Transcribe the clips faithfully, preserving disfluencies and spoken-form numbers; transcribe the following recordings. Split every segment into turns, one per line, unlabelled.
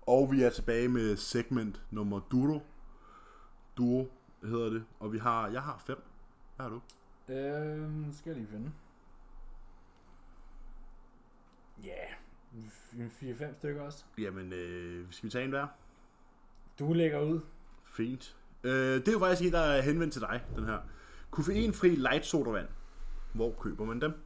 Og vi er tilbage med segment nummer Duro. Duo hedder det. Og vi har, jeg har fem. Hvad har du?
Øhm, skal jeg lige finde. Ja, yeah. fire fem stykker også.
Jamen, øh, skal vi tage en der?
Du lægger ud.
Fint. Øh, det er jo faktisk en, der er henvendt til dig, den her. Koffeinfri light sodavand. Hvor køber man dem?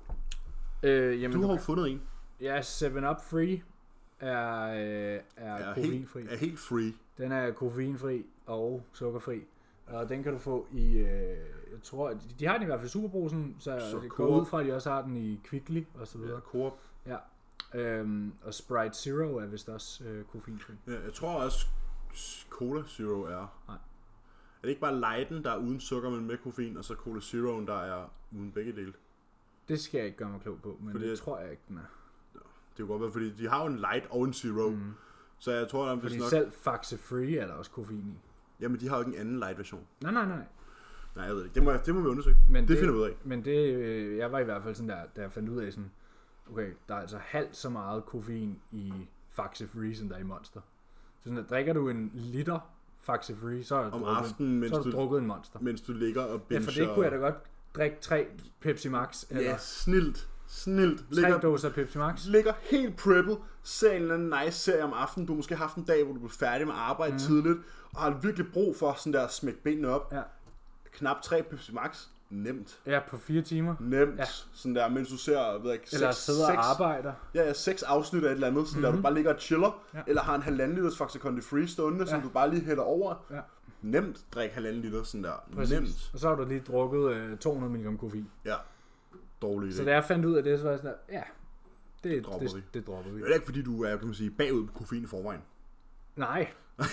Øh, jamen,
du har jo fundet en.
Ja, seven up Free er, øh, er, er koffeinfri.
Helt, er helt free.
Den er koffeinfri og sukkerfri. Og den kan du få i, øh, jeg tror, de har den i hvert fald i Superbrusen, så, så det går ud fra, at de også har den i Kvickly og så videre.
Ja, Coop.
Ja. Øhm, og Sprite Zero er vist også øh, koffeinfri.
Ja, jeg tror også Cola Zero er.
Nej.
Er det ikke bare lighten, der er uden sukker, men med koffein, og så Cola Zeroen, der er uden begge dele?
Det skal jeg ikke gøre mig klog på, men fordi det tror jeg ikke, den er.
Det kan godt være, fordi de har jo en light og en zero. Mm. Så jeg tror, at
fordi
nok...
selv Faxe Free er der også koffein i.
Jamen, de har jo ikke en anden light version.
Nej, nej, nej.
Nej, jeg ved ikke. Det må, det må vi undersøge.
Men
det,
det
finder vi ud af.
Men det, øh, jeg var i hvert fald sådan der, da jeg fandt ud af sådan, okay, der er altså halvt så meget koffein i Faxe Free, som der er i Monster. Så sådan der, drikker du en liter Faxe Free, så har du,
Om
drukket,
aftenen,
så har du,
du
drukket en Monster.
Mens du ligger og binger.
Ja, for det kunne jeg da godt drikke tre Pepsi Max. Eller
ja, snilt. Snilt.
Tre ligger, dåser Pepsi Max.
Ligger helt preppet. Ser en eller anden nice serie om aftenen. Du har måske haft en dag, hvor du bliver færdig med arbejde mm. tidligt. Og har virkelig brug for sådan der at smække benene op.
Ja.
Knap tre Pepsi Max. Nemt.
Ja, på fire timer.
Nemt. Ja. Sådan der, mens du ser, ved ikke,
eller
seks,
sidder og arbejder.
Ja, ja, seks afsnit af et eller andet. Sådan mm-hmm. der, du bare ligger og chiller. Ja. Eller har en halvanden liters Faxe Kondi Free stående, ja. som du bare lige hælder over. Ja. Nemt drik halvanden liter, sådan der. Præcis. Nemt.
Og så har du lige drukket øh, to hundrede milligram koffein.
Ja. Dårlig idé.
Så da jeg fandt ud af det, så var jeg sådan der, ja, det
dropper
det,
vi.
Det dropper vi.
Det er ikke fordi, du er, kan man sige, bagud på koffein i forvejen.
Nej.
det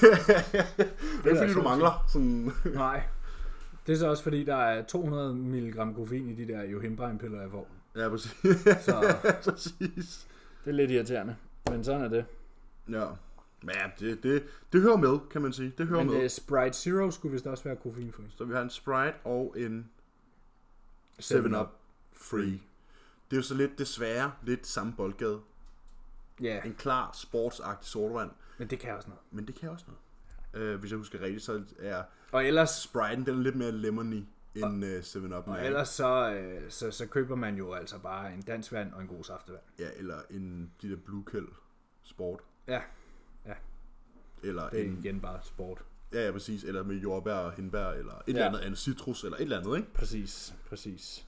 er ikke fordi, du mangler sådan...
Nej. Det er så også fordi, der er to hundrede milligram koffein i de der Johimbein-piller, jeg får.
Ja, præcis.
Så
præcis.
Det er lidt irriterende, men sådan er det.
Ja. Men ja, det, det, det hører med, kan man sige. Det hører
men
med.
Men Sprite Zero skulle vist også være koffeinfri.
Så vi har en Sprite og en seven up Free. Det er jo så lidt desværre lidt samme boldgade.
Ja. Yeah.
En klar sportsagtig sodavand.
Men det kan også noget.
Men det kan også noget. Uh, hvis jeg husker rigtigt, så er
og ellers
Sprite'en den er lidt mere lemony end uh, seven up.
Og ellers så, uh, så, så køber man jo altså bare en dansk vand og en god saftevand.
Ja, eller en de der Blue Kjeld Sport.
Ja. Ja.
Eller
det er
en,
igen bare sport.
Ja, ja, præcis. Eller med jordbær og hindbær, eller et ja. eller andet andet citrus, eller et eller andet, ikke?
Præcis, præcis.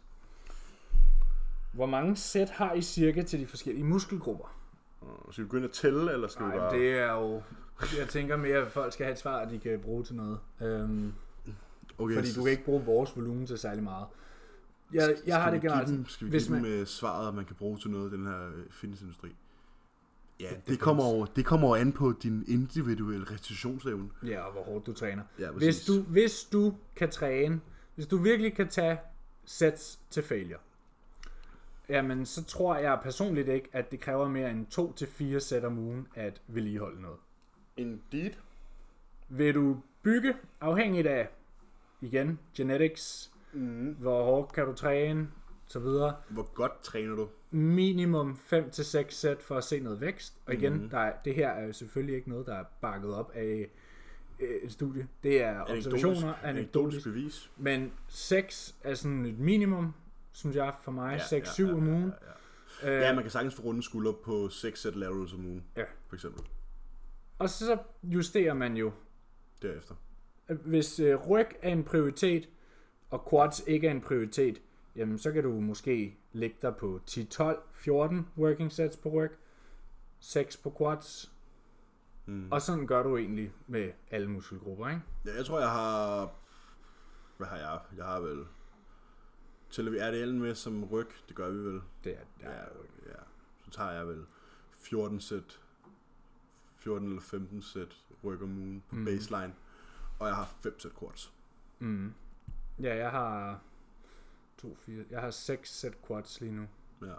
Hvor mange sæt har I cirka til de forskellige muskelgrupper?
Skal vi gå ind og tælle, eller skal
Nej,
vi bare...
det er jo... Jeg tænker mere, at folk skal have et svar, de kan bruge til noget. Øhm, okay, fordi så... du kan ikke bruge vores volumen til særlig meget. Jeg, jeg har det generelt...
Skal vi give dem man... svaret, at man kan bruge til noget i den her fitnessindustri? Ja, det, det, kommer over, det kommer over an på din individuelle restitutionsevne.
Ja, og hvor hårdt du træner.
Ja,
hvis, du, hvis du kan træne, hvis du virkelig kan tage sets til failure, jamen så tror jeg personligt ikke, at det kræver mere end to til fire sæt om ugen at vedligeholde noget.
Indeed.
Vil du bygge afhængigt af, igen, genetics,
mm.
hvor hårdt kan du træne, så videre.
Hvor godt træner du?
Minimum fem til seks sæt for at se noget vækst. Og igen, mm. der er, det her er jo selvfølgelig ikke noget, der er bakket op af et studie. Det er observationer,
anekdotisk bevis.
Men seks er sådan et minimum, synes jeg, for mig.
Ja,
seks syv
ja, ja,
om ugen.
Ja, ja. Øh, ja, man kan sagtens få runde skulder på seks sæt laterals om ugen,
ja.
For eksempel.
Og så justerer man jo
derefter.
Hvis øh, ryg er en prioritet, og quads ikke er en prioritet, jamen så kan du måske lægge dig på ti, tolv, fjorten working sets på ryg, seks på quads, mm. og sådan gør du egentlig med alle muskelgrupper, ikke?
Ja, jeg tror, jeg har... Hvad har jeg? Jeg har vel... Tæller vi R D L'en med som ryg? Det gør vi vel.
Det er, det er
ja, ja. Så tager jeg vel fjorten sæt, fjorten eller femten sæt ryg om ugen på mm. baseline, og jeg har fem sæt quads.
Mm. Ja, jeg har to, fire, jeg har seks sæt quads lige nu.
Ja.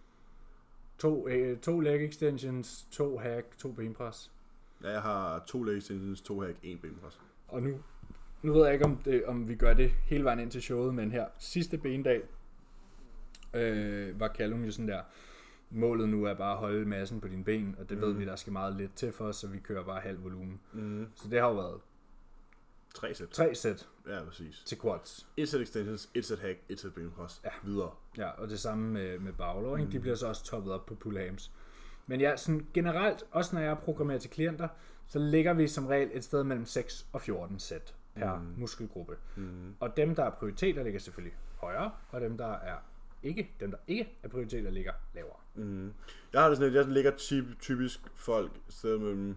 To, øh, to leg extensions, to hack, to benpres.
Ja, jeg har to leg extensions, to hack, en benpres.
Og nu, nu ved jeg ikke, om, det, om vi gør det hele vejen ind til showet, men her sidste bendag øh, var Callum jo sådan der, målet nu er bare at holde massen på dine ben, og det mm. ved vi, der skal meget lidt til for os, så vi kører bare halv volumen. Mm. Så det har jo været
tre sæt.
Tre sæt.
Ja, præcis.
Til quads.
Et sæt extensions, et sæt hack, et sæt benpres.
Ja.
Videre.
Ja, og det samme med, med bagler, mm. de bliver så også toppet op på pull-hams. Men ja, sådan generelt, også når jeg programmerer til klienter, så ligger vi som regel et sted mellem seks og fjorten sæt per mm. muskelgruppe. Mm. Og dem, der er prioriteter, ligger selvfølgelig højere, og dem, der er ikke, dem, der ikke er prioriteter, ligger lavere.
Mm. Jeg har det sådan, at jeg ligger typ, typisk folk et sted mellem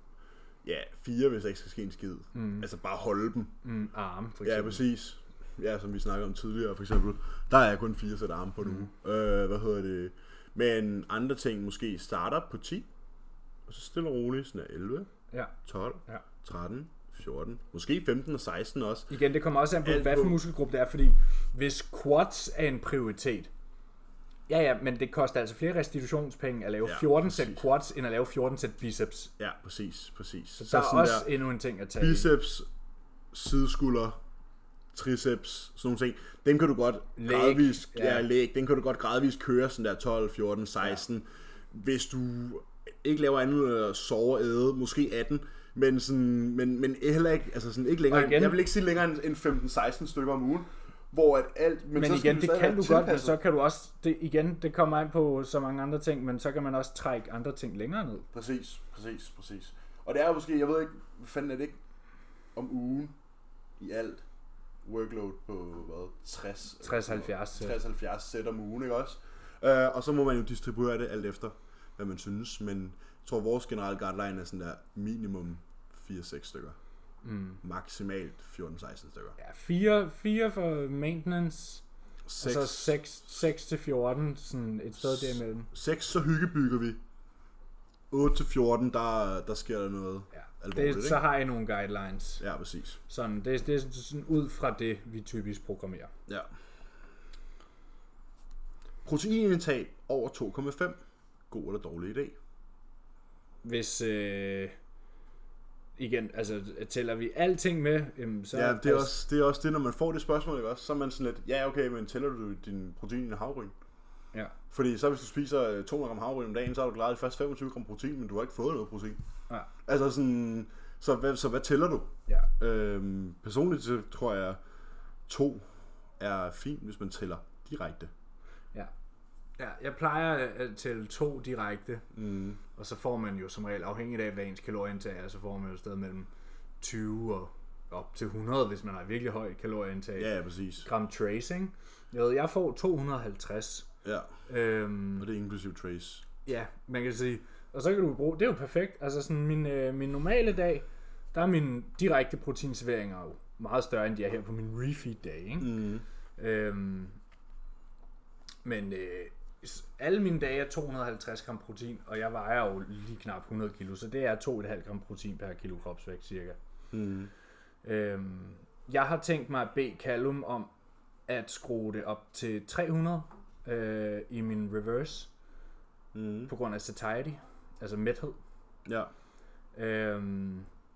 ja, fire, hvis der ikke skal ske en skid. Mm. Altså bare holde dem.
Mm, arme, for
eksempel. Ja, præcis. Ja, som vi snakkede om tidligere, for eksempel. Der er kun fire sæt arme på nu. Mm. Øh, hvad hedder det? Men andre ting, måske starter på ti, og så stille og roligt, sådan er elleve,
ja.
tolv, ja. tretten, fjorten, måske femten og seksten også.
Igen, det kommer også an på, Alt hvad for muskelgruppe det er, fordi hvis quads er en prioritet, ja ja, men det koster altså flere restitutionspenge at lave ja, fjorten sæt quads, end at lave fjorten sæt biceps.
Ja, præcis, præcis.
Så, så der er også der endnu en ting at tage.
Biceps, sideskulder, triceps, sådan nogle ting, den kan du godt læg, gradvist, ja. Ja, læg, den kan du godt gradvist køre sådan der tolv, fjorten, seksten, ja. Hvis du ikke laver andet end at sove og æde, måske atten, men sådan, men, men heller ikke, altså sådan ikke længere, igen, jeg vil ikke sige længere end femten seksten stykker om ugen, hvor at alt, men, men så igen, det kan du godt, men så kan du også, det, igen, det kommer an på så mange andre ting, men så kan man også trække andre ting længere ned. Præcis, præcis, præcis. Og det er jo måske, jeg ved ikke, hvad fanden er det ikke, om ugen i alt, workload på hvad, tres
tres halvfjerds
sæt om ugen, ikke også? Uh, og så må man jo distribuere det alt efter, hvad man synes, men jeg tror, vores generelle guideline er sådan der minimum fire seks stykker. Mm. Maksimalt fjorten seksten stykker.
Ja, fire, fire for maintenance, seks. Og så seks til fjorten, sådan et sted derimellem.
seks, så hyggebygger vi. otte til fjorten, der, der sker der noget.
Ja. Det, så har jeg nogle guidelines.
Ja, præcis.
Sådan, det, det er sådan ud fra det, vi typisk programmerer.
Ja. Proteinindtag over to komma fem. God eller dårlig idé?
Hvis, øh, igen, altså tæller vi alting med, øhm, så...
Ja, det er, også, det er også det, når man får det spørgsmål, ikke også? Så er man sådan lidt, ja okay, men tæller du din protein i havregryn?
Ja.
Fordi så hvis du spiser to hundrede gram havregryn om dagen, så har du klaret de første femogtyve gram protein, men du har ikke fået noget protein.
Ja.
Altså sådan, så hvad, så hvad tæller du?
Ja.
Øhm, personligt så tror jeg, to er fint, hvis man tæller direkte.
Ja. Ja, jeg plejer at tælle to direkte,
mm.
og så får man jo som regel, afhængigt af hvad ens kalorieindtag er, så får man jo et sted mellem tyve og op til hundrede, hvis man har virkelig højt kalorieindtag.
Ja, ja, præcis.
Gram tracing. Jeg ved, jeg får to hundrede og halvtreds.
Ja,
øhm,
og det er inklusiv trace.
Ja, man kan sige, og så kan du bruge, det er jo perfekt, altså sådan min, øh, min normale dag, der er mine direkte proteinserveringer jo meget større, end de er her på min refeed dag, ikke?
Mm.
Øhm, men øh, alle mine dage er to hundrede og halvtreds gram protein, og jeg vejer jo lige knap hundrede kilo, så det er to komma fem gram protein per kilo kropsvægt cirka.
Mm.
Øhm, jeg har tænkt mig at bede Callum om at skrue det op til tre hundrede øh, i min reverse,
mm.
på grund af satiety, altså mæthed.
Ja.
Øhm,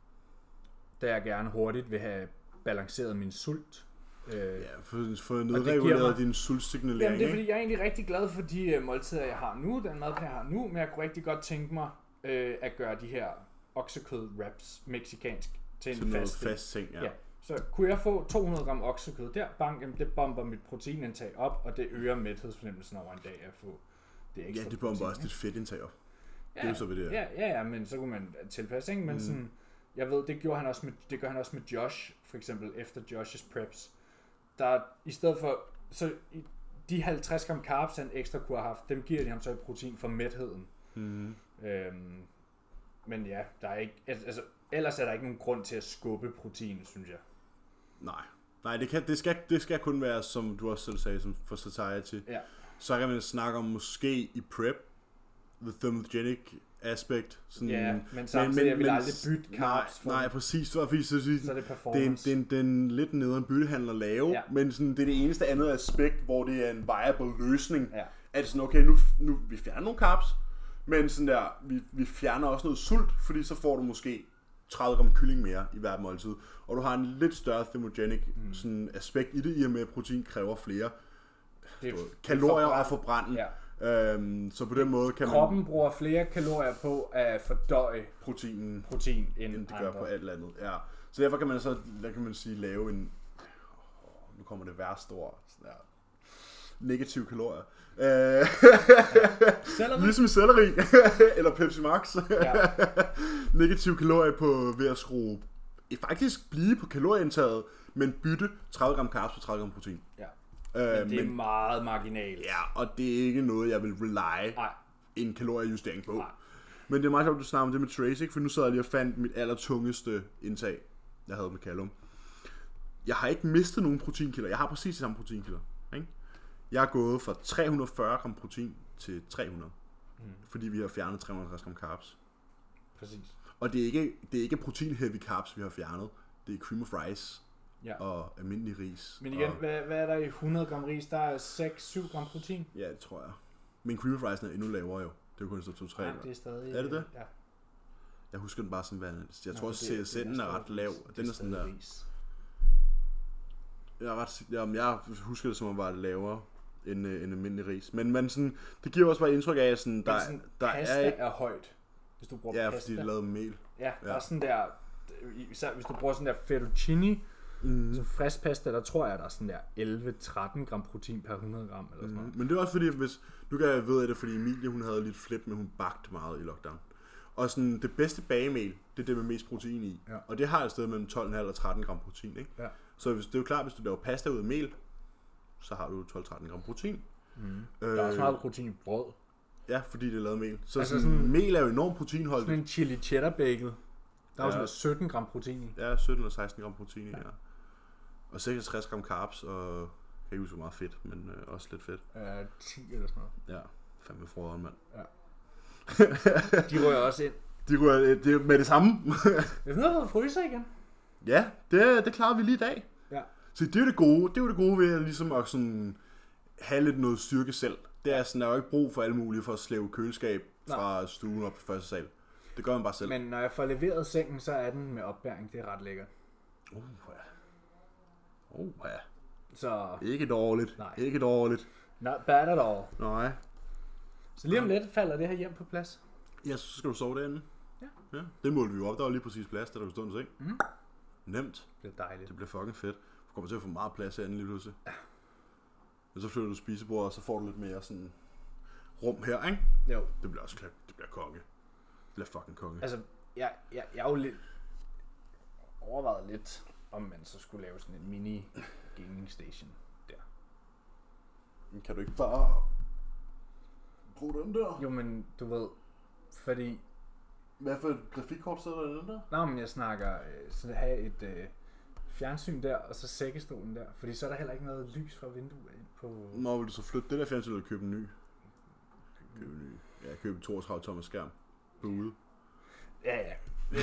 da jeg gerne hurtigt vil have balanceret min sult.
Øh, ja, for, for nedreguleret din sultsignalering.
Jamen det er fordi, jeg er egentlig rigtig glad for de uh, måltider, jeg har nu, den madplan, jeg har nu, men jeg kunne rigtig godt tænke mig øh, at gøre de her oksekød wraps mexicansk til en fast,
fast ting. Ja.
Ja. Så kunne jeg få to hundrede gram oksekød der, bang, jamen det bomber mit proteinindtag op, og det øger mæthedsfornemmelsen over en dag at få det ekstra.
Ja, det bomber også dit fedtindtag op.
Ja,
det er så ved det.
Ja, ja, ja, men så kunne man tilpasse, ikke? Men mm. sådan, jeg ved, det gjorde han også med, det gør han også med Josh, for eksempel efter Josh's preps. Der i stedet for, så de halvtreds gram carbs, han ekstra kunne have haft, dem giver de ham så i protein for mætheden.
Mm.
Øhm, men ja, der er ikke, altså, ellers er der ikke nogen grund til at skubbe protein, synes jeg.
Nej, nej, det kan, det skal, det skal kun være, som du også selv sagde, som for satiety.
Ja.
Så kan man snakke om måske i prep, the thermogenic aspect. Sådan,
ja, men samtidig jeg vil
men,
aldrig bytte carbs.
Nej, nej, præcis. Det var fordi, så,
så er det performance.
Det er, det er, det er en lidt nederen byttehandel at lave, ja. Men sådan, det er det eneste andet aspekt, hvor det er en viable løsning.
Ja.
At sådan, okay, nu, nu vi fjerner nogle carbs, men sådan der, vi, vi fjerner også noget sult, fordi så får du måske tredive gram kylling mere i hver måltid, og du har en lidt større thermogenic mm. sådan, aspekt i det, i og med at protein kræver flere det, kalorier at forbrænde.
Ja.
Øhm, så på den måde kan
Kroppen
man...
bruger flere kalorier på at fordøje
proteinen,
protein end,
end det gør
andre.
på alt andet. Ja. Så derfor kan man så, hvad kan man sige, lave en... Oh, nu kommer det værste ord. Sådan der. Negative kalorier. Øh,
Selleri.
Ligesom selleri. Eller Pepsi Max.
Ja.
Negative kalorier på ved at skrue... Faktisk blive på kalorieindtaget, men bytte tredive gram carbs på tredive gram protein.
Ja.
Øh,
Men det er men, meget marginalt.
Ja, og det er ikke noget, jeg vil rely
Nej.
en kaloriejustering på.
Nej.
Men det er meget sjovt, du snakker om det med Trace, for nu sad jeg lige og fandt mit allertungeste indtag, jeg havde med Callum. Jeg har ikke mistet nogen proteinkilder. Jeg har præcis de samme proteinkilder. Ikke? Jeg er gået fra tre hundrede og fyrre gram protein til tre hundrede. Mm. Fordi vi har fjernet tre hundrede og halvtreds gram carbs.
Præcis.
Og det er ikke, det er ikke protein-heavy carbs, vi har fjernet. Det er cream of rice.
Ja.
Og almindelig ris.
Men igen,
og,
hvad, hvad er der i hundrede gram ris? Der er seks til syv gram protein.
Ja, det tror jeg. Men cream of rice er endnu lavere jo. Det er jo kun så to tre.
Nej, det er stadig...
Er det det?
Ja.
Jeg husker den bare som værende. Jeg
Nå,
tror også, C S N'en er ret lav. Den er sådan der...
Ris.
Jeg, er ret, jamen, jeg husker det som om, var det lavere end øh, en almindelig ris. Men man, sådan, det giver også bare indtryk af, at sådan, der,
sådan,
der
pasta
er ikke...
er højt, hvis du bruger
Ja,
pasta.
fordi det er lavet med mel.
Ja, der
Ja.
er sådan der... Især hvis du bruger sådan der fettuccine,
Mm.
så frisk pasta, der tror jeg, der er sådan der elleve til tretten gram protein per hundrede gram, eller sådan noget.
Mm. Men det er også fordi, hvis... Nu kan jeg ved, at det er fordi Emilie, hun havde lidt flip, men hun bagte meget i lockdown. Og sådan, det bedste bagemel, det er det med mest protein i.
Ja.
Og det har et sted mellem tolv komma fem og tretten gram protein, ikke?
Ja.
Så hvis, det er jo klart, hvis du laver pasta ud af mel, så har du tolv til tretten gram protein.
Mm.
Øh,
Der er også meget protein i brød.
Ja, fordi det er lavet af mel. Så
Altså
altså sådan,
sådan-
mel er jo enormt proteinholdigt.
Sådan en chili cheddar bagel. Der er jo
Ja.
sådan der sytten gram protein i.
Ja, sytten eller seksten gram protein i, ja. Og seksogtres gram carbs, og jeg kan ikke huske, hvor meget fedt, men øh, også lidt fedt.
Uh, ti eller sådan noget.
Ja, fandme froderen, mand.
De rører også ind.
De ryger øh, det er med det samme.
Hvis nu har fået fryser igen.
Ja, det, det klarede vi lige i dag.
Ja.
Så det er jo det gode. Det er jo det gode ved at, ligesom at sådan, have lidt noget styrke selv. Det er sådan, der er jo ikke brug for alle mulige for at slæve køleskab fra Nej. stuen op i første sal. Det gør man bare selv.
Men når jeg får leveret sengen, så er den med opbæring. Det er ret lækkert.
Oh, ja. Oh, ja.
Så
Ikke dårligt.
Nej.
Ikke dårligt.
not bad at all.
Nej.
Så lige om lidt falder det her hjem på plads.
Ja, så skal du sove derinde.
Ja.
Ja. Det målte vi jo op. Der var lige præcis plads, da der kunne stå en seng.
Mm.
Nemt.
Det er dejligt.
Det bliver fucking fedt. Du kommer til at få meget plads herinde lige pludselig. Ja. Og så flytter du spisebordet, og så får du lidt mere sådan rum her, ikke?
Jo.
Det bliver også klart. Det bliver konge. Det bliver fucking konge.
Altså, jeg, jeg, jeg er jo lidt overvejet lidt, om man så skulle lave sådan en mini gaming station der.
Men kan du ikke bare bruge den der?
Jo, men du ved, fordi...
Hvad for et grafikkort sidder der den der?
Nå, men jeg snakker øh, så have et øh, fjernsyn der, og så sækkestolen der. Fordi så er der heller ikke noget lys fra vinduet ind på...
Nå, vil du så flytte det der fjernsyn eller købe en ny? Købe en ny. Ja, købe en toogtredive tommer skærm. Ude.
Ja, ja.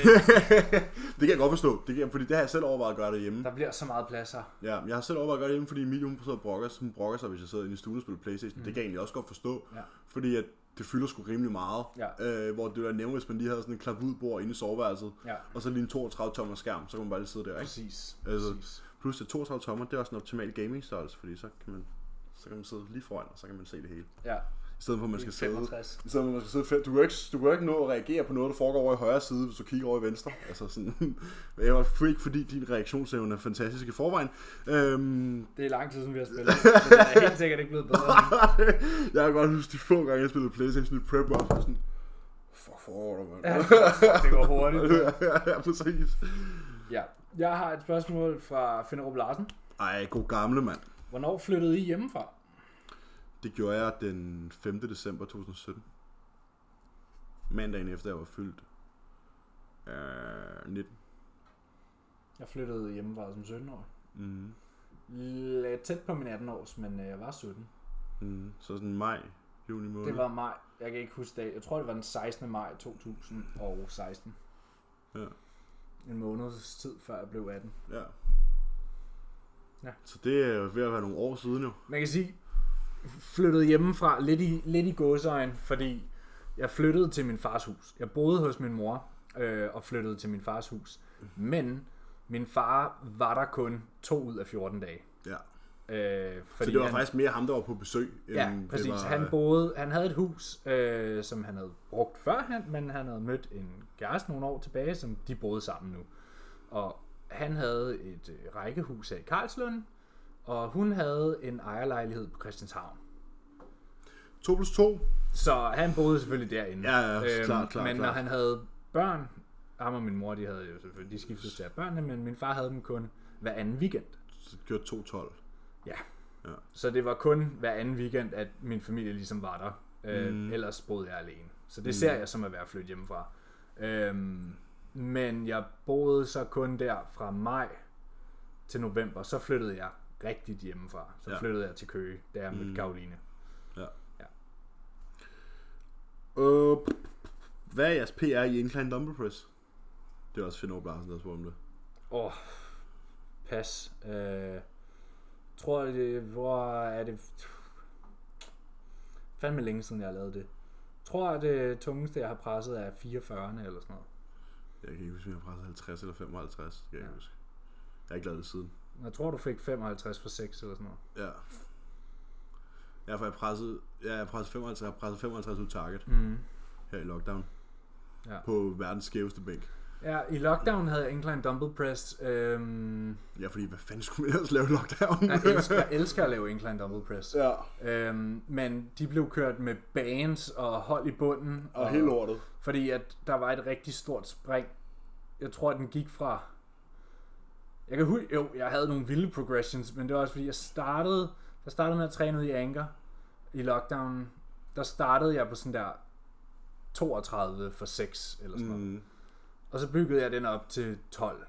Det kan jeg godt forstå. Det kan, fordi det har jeg selv overvejet at gøre derhjemme.
Der bliver så meget plads her.
Ja, jeg har selv overvejet at gøre det hjemme, fordi Emilie hun sidder og brokker, hun brokker sig, hvis jeg sidder inde i stuen og spiller Playstation. Mm. Det kan jeg egentlig også godt forstå.
Ja.
Fordi at det fylder sgu rimelig meget.
Ja.
Øh, hvor det var nævnt, hvis man lige havde sådan en klap ud bord inde i soveværelset.
Ja.
Og så lige en toogtredive tommer skærm, så kan man bare lige sidde der, ikke?
Præcis.
Altså,
Præcis.
plus det toogtredive tommer, det er også en optimal gaming størrelse, fordi så kan man så kan man sidde lige foran, og så kan man se det hele.
Ja.
I stedet for at man skal sidde,
femogtres.
i stedet for at man skal sidde fem, du kan ikke du kan ikke nå at reagere på noget der foregår over i højre side, hvis du kigger over i venstre. Altså sådan, jeg var freak, fordi din reaktionsevne er fantastisk i forvejen. Øhm,
Det er lang tid siden vi har spillet. Men det er helt sikkert ikke blevet bedre.
jeg har godt huske de få gange jeg spillede PlayStation i prep op, sådan fuck for dig, mand.
Ja, det går hurtigt.
Ja, ja, præcis.
Ja. Jeg har et spørgsmål fra Finderup Larsen.
Ej, god gamle mand.
Hvornår flyttede I hjemmefra?
Det gjorde jeg den femte december to tusind sytten. Mandagen efter jeg var fyldt øh, nitten.
Jeg flyttede hjemmefra som sytten-årig.
Mm.
Lidt tæt på min atten års, men jeg var sytten.
Mm. Så sådan maj, juni måned.
Det var maj. Jeg kan ikke huske dag. Jeg tror, det var den sekstende maj to tusind og seksten.
Ja.
En måneds tid før jeg blev atten.
Ja.
Ja.
Så det er jo ved at være nogle år siden jo.
Man kan sige, flyttede hjemmefra lidt i, lidt i gåseøjne, fordi jeg flyttede til min fars hus. Jeg boede hos min mor øh, og flyttede til min fars hus. Men min far var der kun to ud af fjorten dage.
Ja.
Øh,
så det var han, faktisk mere ham, der var på besøg? End
ja, præcis.
Det var...
Han boede, han havde et hus, øh, som han havde brugt førhen, men han havde mødt en kæreste nogle år tilbage, som de boede sammen nu. Og han havde et øh, rækkehus her i Karlslund, og hun havde en ejerlejlighed på Christianshavn.
to plus to?
Så han boede selvfølgelig derinde.
Ja, ja,
øhm,
klart, klart.
Men
klart.
når han havde børn, ham og min mor, de havde jo selvfølgelig, de skiftede til at børnene, men min far havde dem kun hver anden weekend.
Så det gjorde to tolv.
Ja.
ja.
Så det var kun hver anden weekend, at min familie ligesom var der. Øh,
mm.
Ellers boede jeg alene. Så det mm. ser jeg som at være flyttet hjemmefra. Øhm, men jeg boede så kun der fra maj til november. Så flyttede jeg rigtigt hjemmefra. Så
ja.
flyttede jeg til Køge, da jeg mødte mm. Karoline.
Ja.
ja.
Øh, hvad er jeres P R i incline dumbbell press? Det er også Finn Overblarsen, der spurgte om det.
Åh, oh, pas. Øh, tror det, hvor er det... Fandme længe siden, jeg lavede det. Tror det tungeste, jeg har presset, er fireogfyrre eller sådan noget. Jeg
kan ikke huske, om jeg har presset halvtreds eller femoghalvtreds. Det kan jeg ja. ikke huske. Jeg har ikke lavet det siden.
Jeg tror, du fik femoghalvtreds for seks eller sådan noget.
Ja. Ja, for jeg pressede, ja, jeg pressede femoghalvtreds, jeg pressede femoghalvtreds ud target.
Mm.
Her i lockdown.
Ja.
På verdens skæveste bænk.
Ja, i lockdown havde jeg incline dumbbell press. Øhm...
Ja, fordi hvad fanden skulle man ellers lave i lockdown?
Jeg elsker, jeg elsker at lave incline dumbbell press.
Ja.
Øhm, men de blev kørt med bands og hold i bunden.
Og, og helt lortet.
Fordi at der var et rigtig stort spring. Jeg tror, at den gik fra... Jeg kan huske, jo, jeg havde nogle vilde progressions, men det var også fordi, jeg startede, jeg startede med at træne ud i Anker i lockdown. Der startede jeg på sådan der toogtredive for seks eller sådan noget. Mm. Og så byggede jeg den op til tolv.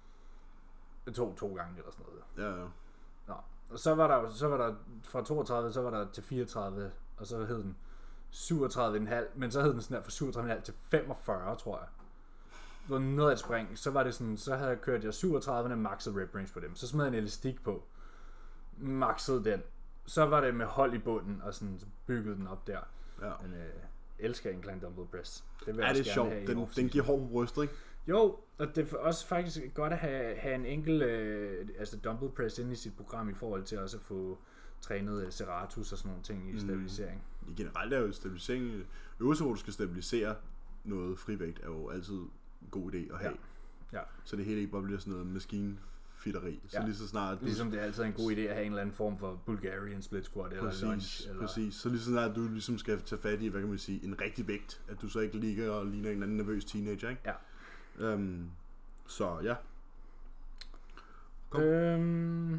Det tog to gange eller sådan noget.
Ja, ja.
Nå. Og så var der, så var der fra toogtredive, så var der til fireogtredive, og så hed den syvogtredive komma fem, men så hed den sådan der fra syvogtredive komma fem til femogfyrre, tror jeg. Det var noget af et spring. Så var det sådan, så havde jeg kørt jeg syvogtredive og maxet rep range på dem. Så smed jeg en elastik på. Maxede den. Så var det med hold i bunden, og sådan så byggede den op der.
Ja.
Men øh, elsker incline dumbbell press.
Det er det sjovt. Den, den giver hår på brystet, ikke?
Jo, og det er også faktisk godt at have, have en enkelt øh, altså dumbbell press inde i sit program i forhold til også at få trænet serratus og sådan nogle ting i stabilisering.
Mm. I generelt er jo stabilisering, øvelser, hvor du skal stabilisere noget frivægt, er jo altid en god idé at have.
Ja. Ja.
Så det hele ikke bare bliver sådan noget maskinfitteri. Så
ja.
lige så snart... Du...
Ligesom det er altid en god idé at have en eller anden form for Bulgarian split squat eller
præcis,
lunge. Eller...
Præcis, så lige så snart du ligesom skal tage fat i, hvad kan man sige, en rigtig vægt, at du så ikke ligger og ligner en eller anden nervøs teenager, ikke?
Ja.
Um, så ja.
Kom. Øhm,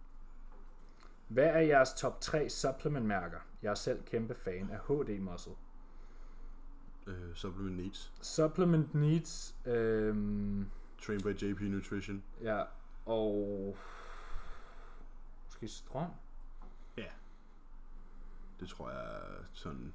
hvad er jeres top tre supplement-mærker? Jeg er selv kæmpe fan af H D Muscle.
Uh, supplement Needs.
Supplement Needs. Øhm,
Trained by J P Nutrition.
Ja, og måske Strøm.
Ja. Det tror jeg er sådan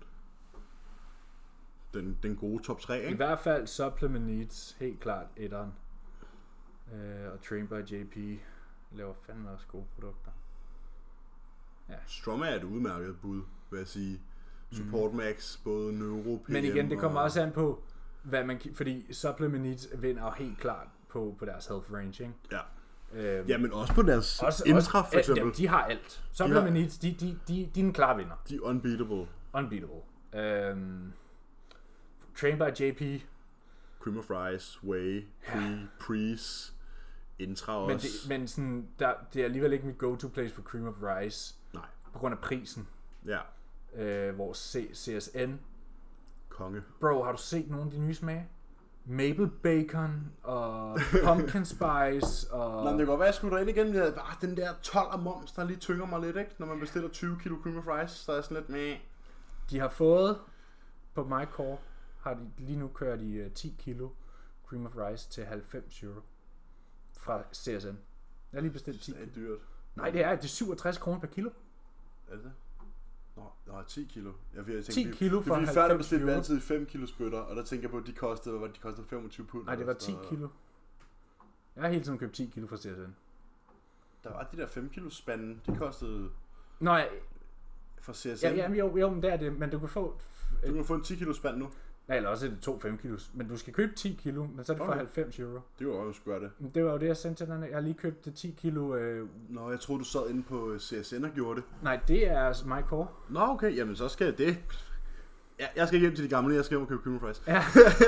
den, den gode top tre, ikke?
I hvert fald Supplement Needs, helt klart etteren. Øh, og Trained by J P laver fandme også gode produkter.
Ja. Strøm er et udmærket bud, vil jeg sige. Support Max, mm. både Neuro, P M.
Men igen, det kommer og... også an på, hvad man, fordi Supplement Needs vinder helt klart på, på deres health range, ikke?
Ja.
Øhm,
ja, men også på deres også, intra, for eksempel.
Ja, de har alt. Supplement de har, Needs, de, de, de, de er en klar vinder.
De er unbeatable.
Unbeatable. Øhm, Trained by J P.
Cream of Rice, Whey, Pre, ja. Prees, Intra også.
Men, det, men sådan, der, det er alligevel ikke mit go-to place for Cream of Rice.
Nej.
På grund af prisen.
Ja.
Øh, hvor C- C S N.
Konge.
Bro, har du set nogle af de nye smage? Maple Bacon og Pumpkin Spice og...
Nå, det kan godt være, jeg skulle derind igen. Ah, den der tolv af moms, der lige tynger mig lidt, ikke? Når man bestiller tyve kilo cream of rice, så er jeg sådan lidt med...
De har fået på MyCore, har de, lige nu kører de uh, ti kilo cream of rice til halvfems euro fra C S N. Jeg har lige bestilt ti.
Det er dyrt.
Nej, det er, det er syvogtres kroner per kilo.
Er det det? Nå, nå, ti kilo. Jeg vil tænke,
ti kilo for halvfems
euro. Før der bestilte vi altid fem kilo spytter, og der tænker jeg på, at de kostede, hvad var det, de kostede femogtyve pund.
Nej, det var ti kilo. Jeg har hele tiden købt ti kilo fra C S N.
Der var de der fem kilo spanden, de kostede...
Nej.
Fra C S N?
Ja, ja, jo, jo, men det er det, men du kan få...
Du kan få en ti kilo spand nu.
Nej, eller også er det to fem kilos. Men du skal købe ti kilo, men så er det for okay. halvfems euro.
Det var jo sgu det.
Det var jo det, jeg sendte til dig. Jeg har lige købt ti kilo... Øh...
Nå, jeg troede, du sad inde på C S N og gjorde det.
Nej, det er my core.
Nå, okay. Jamen, så skal det... Ja, jeg skal hjem til de gamle. Jeg skal hjem og købe Cream Fries.
Ja.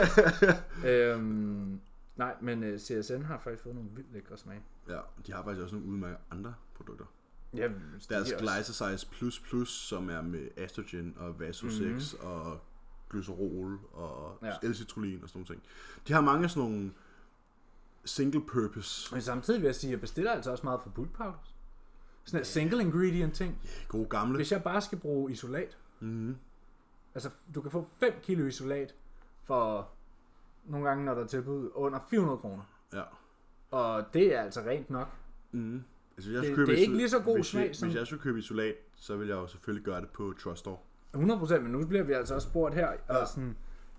øhm, nej, men uh, C S N har faktisk fået nogle vildt lækre smag.
Ja, de har faktisk også nogle udmærkede andre produkter.
Ja,
deres Glycosize Plus Plus, som er med Astrogen og Vasosex mm-hmm. og glycerol og ja. L-citrulin og sådan nogle ting. De har mange sådan nogle single purpose.
Men samtidig vil jeg sige, at jeg bestiller altså også meget for bulk powders. Sådan en single ingredient ting.
Ja, gode gamle.
Hvis jeg bare skal bruge isolat.
Mm-hmm.
Altså, du kan få fem kilo isolat for nogle gange, når der er tilbud, under fire hundrede kroner.
Ja.
Og det er altså rent nok.
Mm-hmm. Altså, jeg
det,
købe
det er ikke lige så god
hvis
smag
jeg,
som...
Hvis jeg skulle købe isolat, så ville jeg jo selvfølgelig gøre det på Trust Store.
hundrede procent, men nu bliver vi altså også spurgt her. Ja. Og sådan...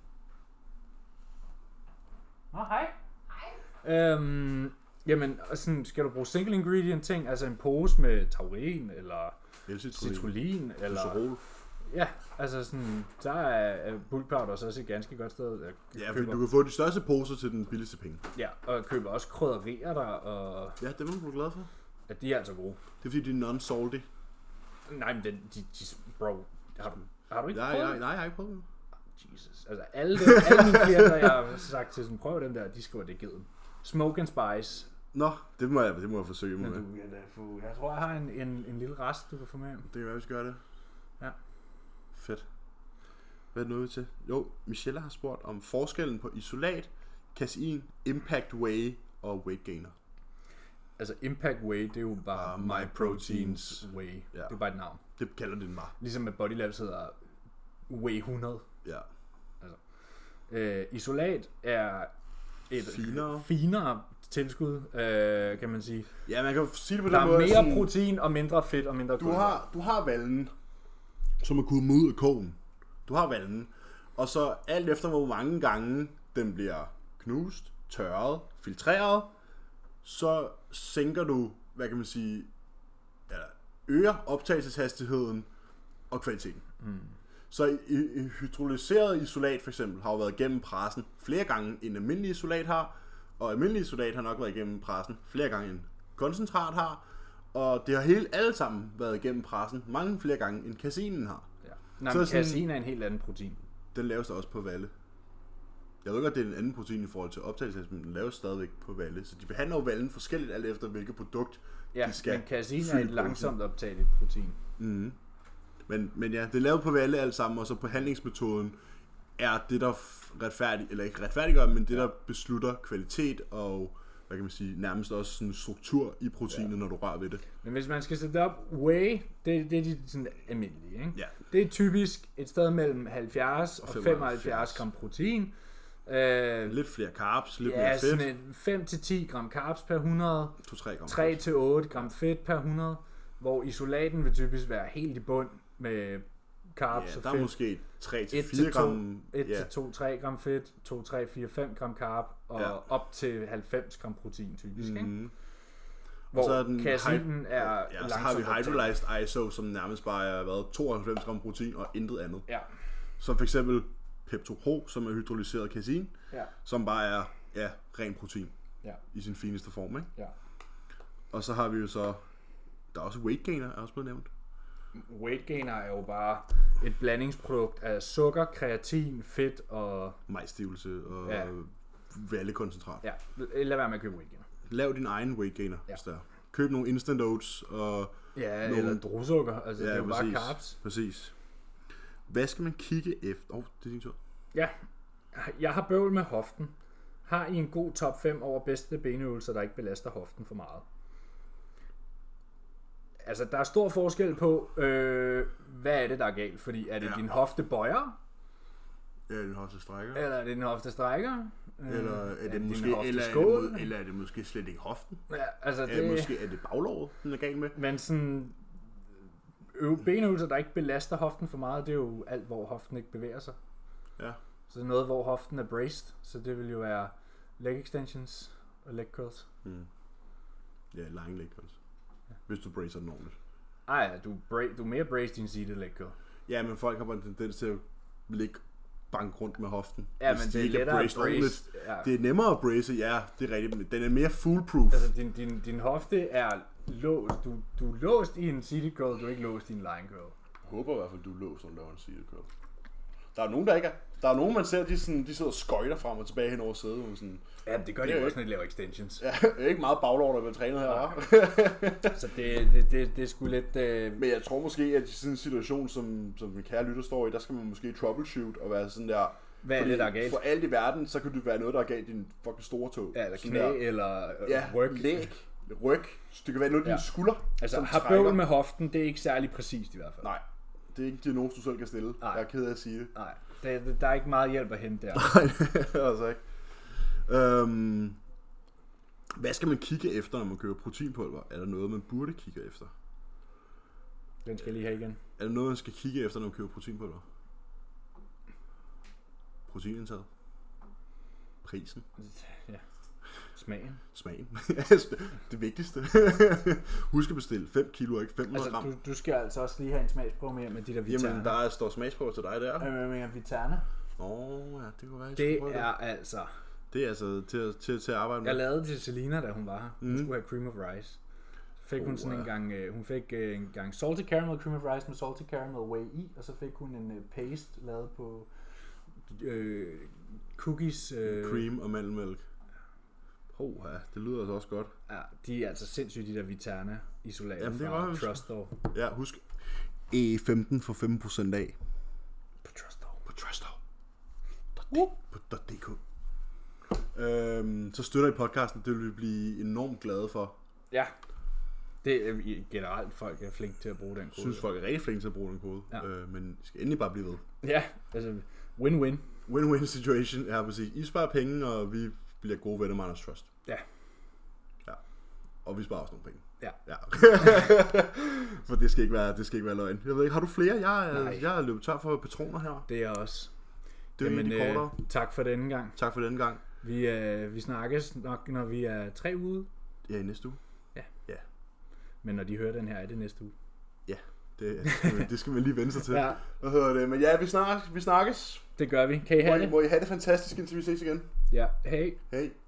Nå, oh, hej. Hej. Øhm, jamen, sådan, skal du bruge single ingredient ting, altså en pose med taurin, eller citrulin, eller...
Glycerol.
Ja, altså sådan, der er bulk powder så også et ganske godt sted. Jeg
ja, fordi du kan få de største poser til den billigste penge.
Ja, og jeg køber også krydderier der, og...
Ja, det er man glad for.
Ja, de er altså gode.
Det er fordi, de er non-salty.
Nej, men de, de, de bro, har du, har du ikke
nej,
prøvet
nej, nej, jeg har ikke prøvet det.
Jesus, altså alle, dem, alle mine klienter, jeg har sagt til sådan, prøv dem der, de skriver det givet. Smoke and spice.
Nå, det må jeg, det må jeg forsøge med.
Du, ja, få, jeg tror, jeg har en, en, en lille rest, du kan få med.
Det kan være, vi skal gøre det.
Ja.
Fedt. Hvad er det noget til? Jo, Michelle har spurgt om forskellen på isolat, casein, impact whey og weight gainer.
Altså impact whey, det er jo bare uh, my proteins whey. Ja. Det er bare et navn.
Det kalder den bare.
Ligesom med Body Labs hedder whey hundrede.
Ja.
Altså, øh, isolat er et
finere,
finere tilskud, øh, kan man sige.
Ja, man kan sige det på
der
den måde.
Der er mere sådan, protein og mindre fedt og mindre
du har, du har vallen, som er kommet ud af kogen. Du har vallen. Og så alt efter, hvor mange gange den bliver knust, tørret, filtreret, så sænker du, hvad kan man sige, eller øger optagelseshastigheden og kvaliteten. Mm. Så i, i hydrolyseret isolat for eksempel har jo været igennem pressen flere gange end almindelig isolat har, og almindelig isolat har nok været igennem pressen flere gange end koncentrat har, og det har hele alle sammen været igennem pressen mange flere gange end caseinen har.
Ja. Nej, men casein er en helt anden protein.
Den laves der også på valle. Jeg ved godt, det er en anden protein i forhold til optagelseshastighed, men den laves stadigvæk på valle, så de behandler jo vallen forskelligt alt efter hvilket produkt
ja,
de skal.
Men casein er et langsomt optageligt protein.
Mm. Men, men ja, det er lavet på valle alt sammen, og så på handlingsmetoden er det, der retfærdigt, eller ikke retfærdiggør, men det, der beslutter kvalitet og, hvad kan man sige, nærmest også sådan struktur i proteinet, ja. Når du rører ved det.
Men hvis man skal sætte det op, whey, det, det er de sådan almindelige, ikke?
Ja.
Det er typisk et sted mellem halvfjerds og femoghalvfjerds gram protein.
Øh, lidt flere carbs, lidt
ja,
mere fedt.
Ja, sådan fem til ti gram carbs per hundrede.
to til tre gram.
tre til otte gram fedt per hundrede. Hvor isolaten vil typisk være helt i bund med carbs
ja,
og
der
fedt.
er måske tre til fire gram.
et til to til tre gram fedt, to, tre, fire, fem gram carb og ja. Op til halvfems gram protein typisk, mm-hmm. ikke? Hvor så er den caseinen er
ja, langsomt. Så har vi hydrolyzed I S O, som nærmest bare er været tooghalvfems gram protein og intet andet.
Ja.
Som for eksempel PeptoPro, som er hydrolyseret casein,
ja. Som
bare er ja, ren protein
ja.
I sin fineste form, ikke?
Ja.
Og så har vi jo så, der er også weight gainer, er også blevet nævnt.
Weight gainer er jo bare et blandingsprodukt af sukker, kreatin, fedt og
majsstivelse og ja. Vallekoncentrat.
Ja, lad være med at købe weight gainer.
Lav din egen weight gainer, ja. Hvis der. Køb nogle instant oats og
ja,
nogle...
eller druesukker, altså ja, det er jo
præcis,
bare carbs.
Præcis. Hvad skal man kigge efter? Åh, oh, det er din tur.
Ja, jeg har bøvl med hoften. Har I en god top fem over bedste benøvelser, der ikke belaster hoften for meget? Altså, der er stor forskel på, øh, hvad er det, der er galt? Fordi er det ja. Din hofte bøjer?
Eller din hofte strækker?
Eller er det din hofte strækker?
Eller er det, er det måske, eller er det, eller er det måske slet ikke hoften?
Ja, altså
er det,
det,
måske er det baglåret, den er galt med?
Men sådan benøvelser, der ikke belaster hoften for meget, det er jo alt, hvor hoften ikke bevæger sig.
Ja.
Så det er noget, hvor hoften er braced, så det vil jo være leg extensions og leg curls.
Mm. Ja, lying leg curls. Ja. Hvis du bracer den ordentligt.
Ej, du, bra- du er mere braced i en seated leg curl.
Ja, men folk har bare en tendens til at ligge banke rundt med hoften.
Ja, men det er lettere at brace.
Ja. Det er nemmere at brace, ja, det er rigtigt. Den er mere foolproof.
Altså, din, din, din hofte er låst. Du, du er låst i en seated curl, du er ikke låst i en line curl.
Jeg håber i hvert fald, du er låst, når du laver en seated curl. Der er nogen, der ikke er. Der er nogen, man ser, de, sådan, de sidder og skøjter frem og tilbage hen over sædet. Sådan,
ja, det gør de jo også, når de laver extensions.
Ja, det er ikke meget baglov, der bliver trænet her, ja.
Så det, det, det, det er sgu lidt... Uh...
Men jeg tror måske, at i sådan en situation, som, som min kære lytter står i, der skal man måske troubleshoot og være sådan der...
Hvad er det, der er galt?
For alt i verden, så kan det være noget, der er galt i din fucking store tog.
Ja, eller knæ,
der,
eller øh,
ja,
ryg.
læg, ryg. Det kan være noget af ja. dine skulder,
altså, har bøvl med hoften, det er ikke særlig præcist i hvert fald.
Nej, det er ikke en diagnose, du selv kan stille. Nej. Jeg er ked af at sige det.
Nej, der, der er ikke meget hjælp at hente der.
Nej, altså ikke. Øhm, hvad skal man kigge efter, når man køber proteinpulver? Er der noget, man burde kigge efter?
Den skal jeg lige have igen.
Er der noget, man skal kigge efter, når man køber proteinpulver? Proteinindtaget? Prisen?
Ja. Smagen.
Smagen. Det vigtigste. Husk at bestille fem kilo, ikke fem hundrede gram.
Altså, du, du skal altså også lige have en smagsprøve med, med de der Viterna.
Jamen, der er, står smagsprøve til dig der.
Med, med Viterna.
Åh, oh, ja, det kunne være,
det er altså...
Det er altså til, til, til at arbejde med.
Jeg lavede til Selina, da hun var her. Hun mm. skulle have cream of rice. Fik oh, hun sådan en gang, uh, hun fik uh, en gang salty caramel cream of rice med salty caramel whey i, og så fik hun en uh, paste lavet på uh, cookies. Uh,
cream og mandelmælk. Oh, ja, det lyder altså også godt.
Ja, de er altså sindssygt, de der Viterna isolater fra Trustore.
Ja, husk E femten for femten procent af.
På Trustore.
På Trustore. På D K. Øhm, så støtter I podcasten, det vil vi blive enormt glade for.
Ja. Det er generelt, folk er flinke til at bruge den kode.
Jeg synes, folk er rigtig flinke til at bruge den kode. Ja. Øh, men I skal endelig bare blive ved.
Ja, altså win-win.
Win-win situation, ja præcis. I sparer penge, og vi bliver gode venner med Anders Trust.
Ja.
Ja. Og vi sparer også nogle penge.
Ja.
Ja. For det skal ikke være, det skal ikke være løgn. Jeg ved ikke, har du flere? Jeg er, jeg er løbet tør for patroner her.
Det er også.
Det er Jamen, øh, kortere.
Tak for denne gang.
Tak for denne gang.
Vi, øh, vi snakkes nok, når vi er tre uger.
Ja, i næste uge.
Ja.
Ja.
Men når de hører den her, er det næste uge.
Ja, det, det, skal, man, det skal man lige vende sig til.
Ja.
Hvad hedder det? Men ja, vi snakkes. Vi snakkes.
Det gør vi. Kan I have
må I,
det?
Må I have det fantastisk, indtil vi ses igen.
Ja, hej.
Hej.